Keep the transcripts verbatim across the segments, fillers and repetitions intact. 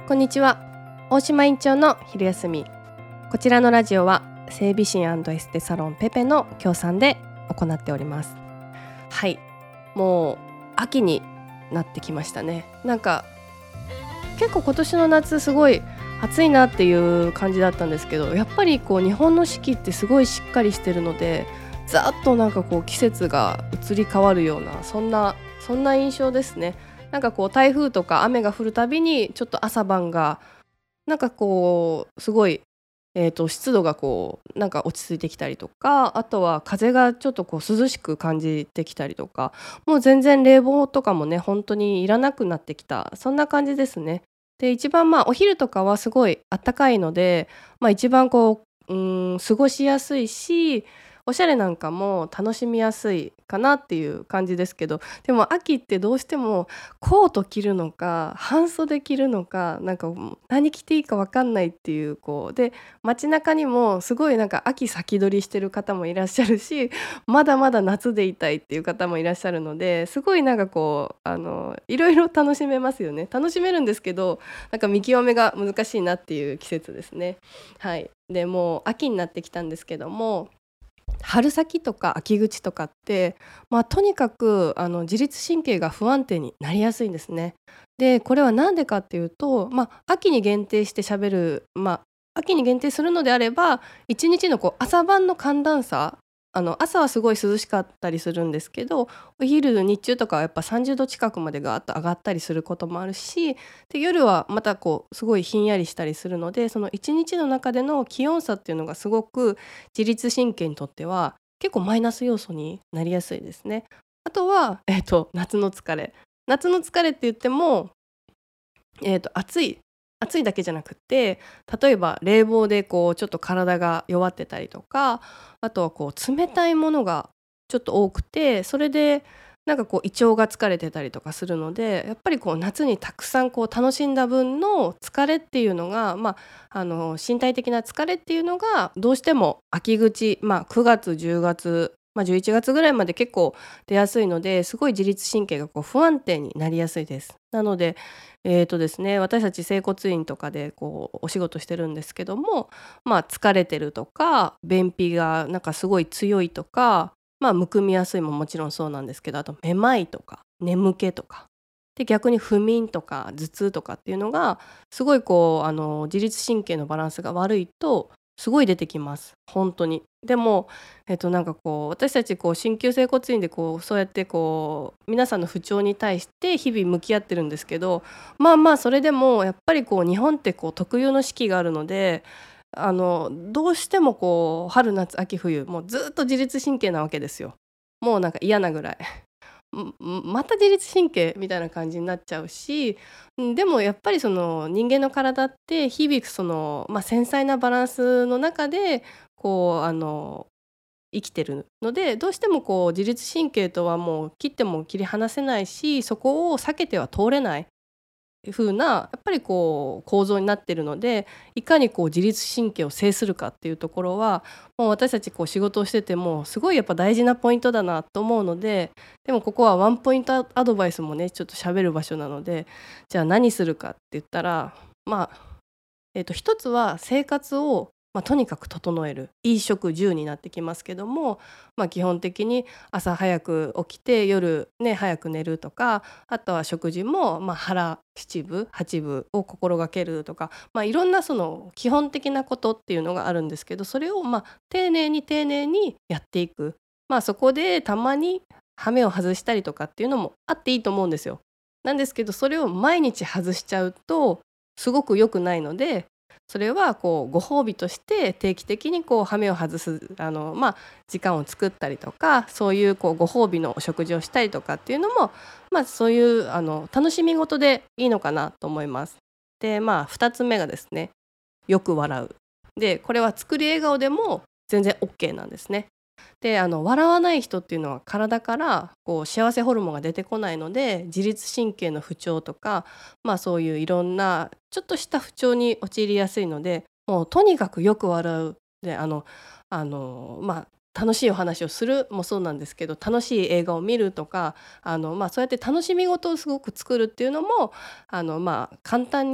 こんにちは。大島院長の昼休み。こちらのラジオは整備士&エステサロンペペの協賛で行っております。はい、もう秋になってきましたね。なんか結構今年の夏すごい暑いなっていう感じだったんですけど、やっぱりこう日本の四季ってすごいしっかりしてるので、ざっとなんかこう季節が移り変わるようなそんなそんな印象ですね。なんかこう台風とか雨が降るたびにちょっと朝晩がなんかこうすごい、えーと湿度がこうなんか落ち着いてきたりとか、あとは風がちょっとこう涼しく感じてきたりとか、もう全然冷房とかもね本当にいらなくなってきた、そんな感じですね。で一番まあお昼とかはすごい暖かいので、まあ、一番こう、うーん過ごしやすいし、おしゃれなんかも楽しみやすいかなっていう感じですけど、でも秋ってどうしてもコート着るのか半袖着るのか、なんかもう何着ていいか分かんないっていう、こうで街中にもすごいなんか秋先取りしてる方もいらっしゃるし、まだまだ夏でいたいっていう方もいらっしゃるので、すごいなんかこうあのいろいろ楽しめますよね。楽しめるんですけど、なんか見極めが難しいなっていう季節ですね。はい。でもう秋になってきたんですけども、春先とか秋口とかって、まあ、とにかくあの自律神経が不安定になりやすいんですね。でこれは何でかっていうと、まあ、秋に限定して喋る、まあ、秋に限定するのであればいちにちのこう朝晩の寒暖差、あの朝はすごい涼しかったりするんですけど、お昼日中とかはやっぱさんじゅうど近くまでガーッと上がったりすることもあるし、で夜はまたこうすごいひんやりしたりするので、そのいちにちの中での気温差っていうのがすごく自律神経にとっては結構マイナス要素になりやすいですね。あとは、えーと、夏の疲れ。夏の疲れって言っても、えーと、暑い暑いだけじゃなくて、例えば冷房でこうちょっと体が弱ってたりとか、あとはこう冷たいものがちょっと多くて、それでなんかこう胃腸が疲れてたりとかするので、やっぱりこう夏にたくさんこう楽しんだ分の疲れっていうのが、まあ、あの身体的な疲れっていうのがどうしても秋口、まあ、くがつじゅうがつ、まあ、じゅういちがつぐらいまで結構出やすいので、すごい自律神経がこう不安定になりやすいです。なので、えーとですね、私たち整骨院とかでこうお仕事してるんですけども、まあ、疲れてるとか便秘がなんかすごい強いとか、まあ、むくみやすいももちろんそうなんですけど、あとめまいとか眠気とかで、逆に不眠とか頭痛とかっていうのがすごいこうあの自律神経のバランスが悪いとすごい出てきます、本当に。でも、えっと、なんかこう私たちこう鍼灸整骨院でこうそうやってこう皆さんの不調に対して日々向き合ってるんですけど、まあまあそれでもやっぱりこう日本ってこう特有の四季があるので、あのどうしてもこう春夏秋冬もうずっと自律神経なわけですよ。もうなんか嫌なぐらいんんまた自律神経みたいな感じになっちゃうし、んでもやっぱりその人間の体って日々その、まあ、繊細なバランスの中でこうあの生きてるので、どうしてもこう自律神経とはもう切っても切り離せないし、そこを避けては通れない風なやっぱりこう構造になってるので、いかにこう自律神経を制するかっていうところは、もう私たちこう仕事をしててもすごいやっぱ大事なポイントだなと思うので、でもここはワンポイントアドバイスもねちょっと喋る場所なので、じゃあ何するかって言ったら、まあえーと、一つは生活を、まあ、とにかく整える衣食住になってきますけども、まあ、基本的に朝早く起きて夜、ね、早く寝るとか、あとは食事も、まあ、腹七分八分を心がけるとか、まあ、いろんなその基本的なことっていうのがあるんですけど、それをまあ丁寧に丁寧にやっていく、まあ、そこでたまに羽目を外したりとかっていうのもあっていいと思うんですよ。なんですけどそれを毎日外しちゃうとすごく良くないので、それはこうご褒美として定期的にこう羽目を外すあの、まあ、時間を作ったりとか、そういうこうご褒美のお食事をしたりとかっていうのも、まあ、そういうあの楽しみ事でいいのかなと思います。でまあふたつめがですね、よく笑う。でこれは作り笑顔でも全然 OK なんですね。であの笑わない人っていうのは体からこう幸せホルモンが出てこないので、自律神経の不調とか、まあ、そういういろんなちょっとした不調に陥りやすいので、もうとにかくよく笑う。であのあの、まあ、楽しいお話をするもそうなんですけど、楽しい映画を見るとか、あの、まあ、そうやって楽しみ事をすごく作るっていうのもあの、まあ、簡単に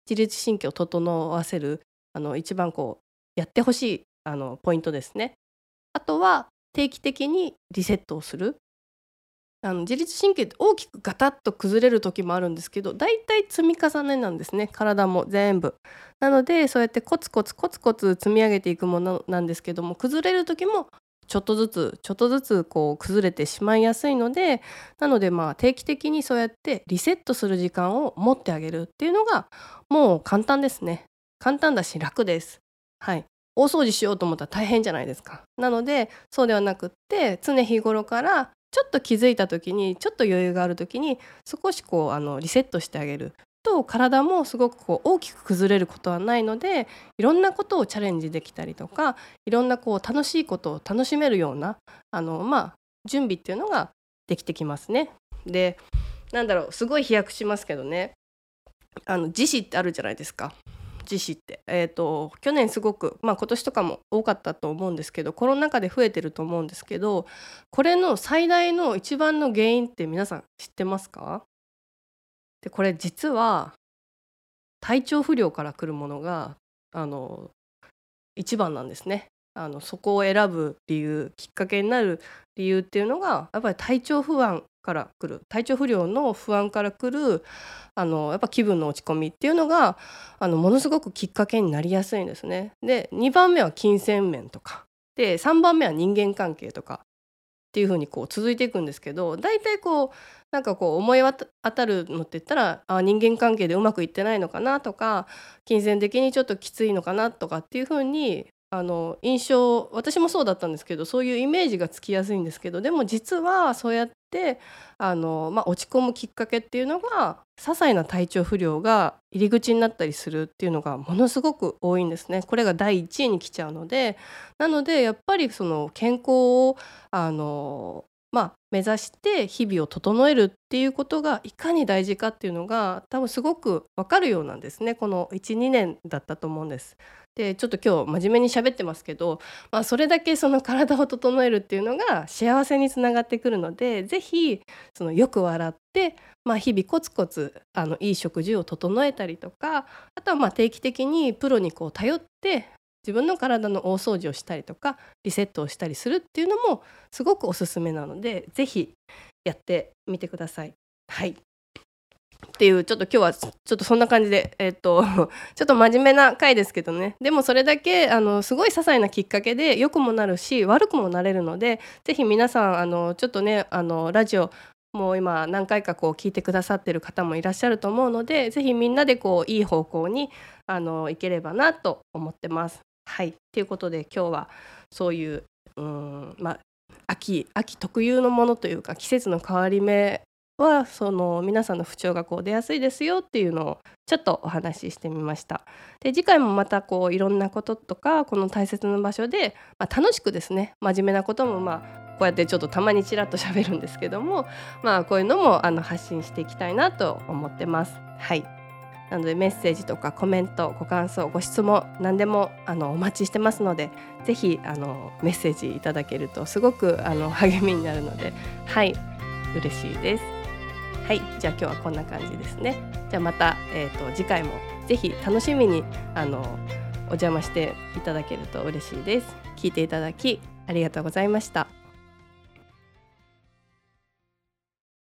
自律神経を整わせるあの一番こうやってほしいあのポイントですね。あとは定期的にリセットをする。あの自律神経って大きくガタッと崩れる時もあるんですけど、だいたい積み重ねなんですね、体も全部。なのでそうやってコツコツコツコツ積み上げていくものなんですけども、崩れる時もちょっとずつちょっとずつこう崩れてしまいやすいので、なのでまあ定期的にそうやってリセットする時間を持ってあげるっていうのがもう簡単ですね。簡単だし楽です。はい。大掃除しようと思ったら大変じゃないですか。なのでそうではなくって、常日頃からちょっと気づいた時に、ちょっと余裕がある時に少しこうあのリセットしてあげると、体もすごくこう大きく崩れることはないので、いろんなことをチャレンジできたりとか、いろんなこう楽しいことを楽しめるようなあの、まあ、準備っていうのができてきますね。で、なんだろう、すごい飛躍しますけどね、あの自死ってあるじゃないですか。自死って、えーと、去年すごく、まあ、今年とかも多かったと思うんですけど、コロナ禍で増えてると思うんですけど、これの最大の一番の原因って皆さん知ってますか？でこれ実は体調不良から来るものがあの一番なんですね。あのそこを選ぶ理由、きっかけになる理由っていうのが、やっぱり体調不安から来る、体調不良の不安から来るあのやっぱ気分の落ち込みっていうのがあのものすごくきっかけになりやすいんですね。でにばんめは金銭面とかで、さんばんめは人間関係とかっていう風にこう続いていくんですけど、大体こうなんかこう思い当たるのって言ったら、あ、人間関係でうまくいってないのかなとか、金銭的にちょっときついのかなとかっていう風にあの印象、私もそうだったんですけど、そういうイメージがつきやすいんですけど、でも実はそうやってあの、まあ、落ち込むきっかけっていうのが、些細な体調不良が入り口になったりするっていうのがものすごく多いんですね。これがだいいちいに来ちゃうので、なのでやっぱりその健康をあのまあ、目指して日々を整えるっていうことがいかに大事かっていうのが多分すごくわかるようなんですね。このいち、にねんだったと思うんです。でちょっと今日真面目に喋ってますけど、まあ、それだけその体を整えるっていうのが幸せにつながってくるので、ぜひそのよく笑って、まあ、日々コツコツあのいい食事を整えたりとか、あとはまあ定期的にプロにこう頼って自分の体の大掃除をしたりとかリセットをしたりするっていうのもすごくおすすめなので、ぜひやってみてください。はい。っていう、ちょっと今日はちょっとそんな感じで、えっとちょっと真面目な回ですけどね、でもそれだけあのすごい些細なきっかけで良くもなるし悪くもなれるので、ぜひ皆さんあのちょっとね、あのラジオもう今何回かこう聞いてくださってる方もいらっしゃると思うので、ぜひみんなでこういい方向にあのいければなと思ってます。はい。ということで今日はそういううーん、まあ、秋秋特有のものというか、季節の変わり目はその皆さんの不調がこう出やすいですよっていうのをちょっとお話ししてみました。で次回もまたこういろんなこととか、この大切な場所で、まあ、楽しくですね、真面目なこともまあこうやってちょっとたまにちらっと喋るんですけども、まあこういうのもあの発信していきたいなと思ってます。はい。なのでメッセージとかコメント、ご感想、ご質問何でもあのお待ちしてますので、ぜひあのメッセージいただけるとすごくあの励みになるので、はい嬉しいです。はい、じゃあ今日はこんな感じですね。じゃあまた、えーと、次回もぜひ楽しみにあのお邪魔していただけると嬉しいです。聞いていただきありがとうございました。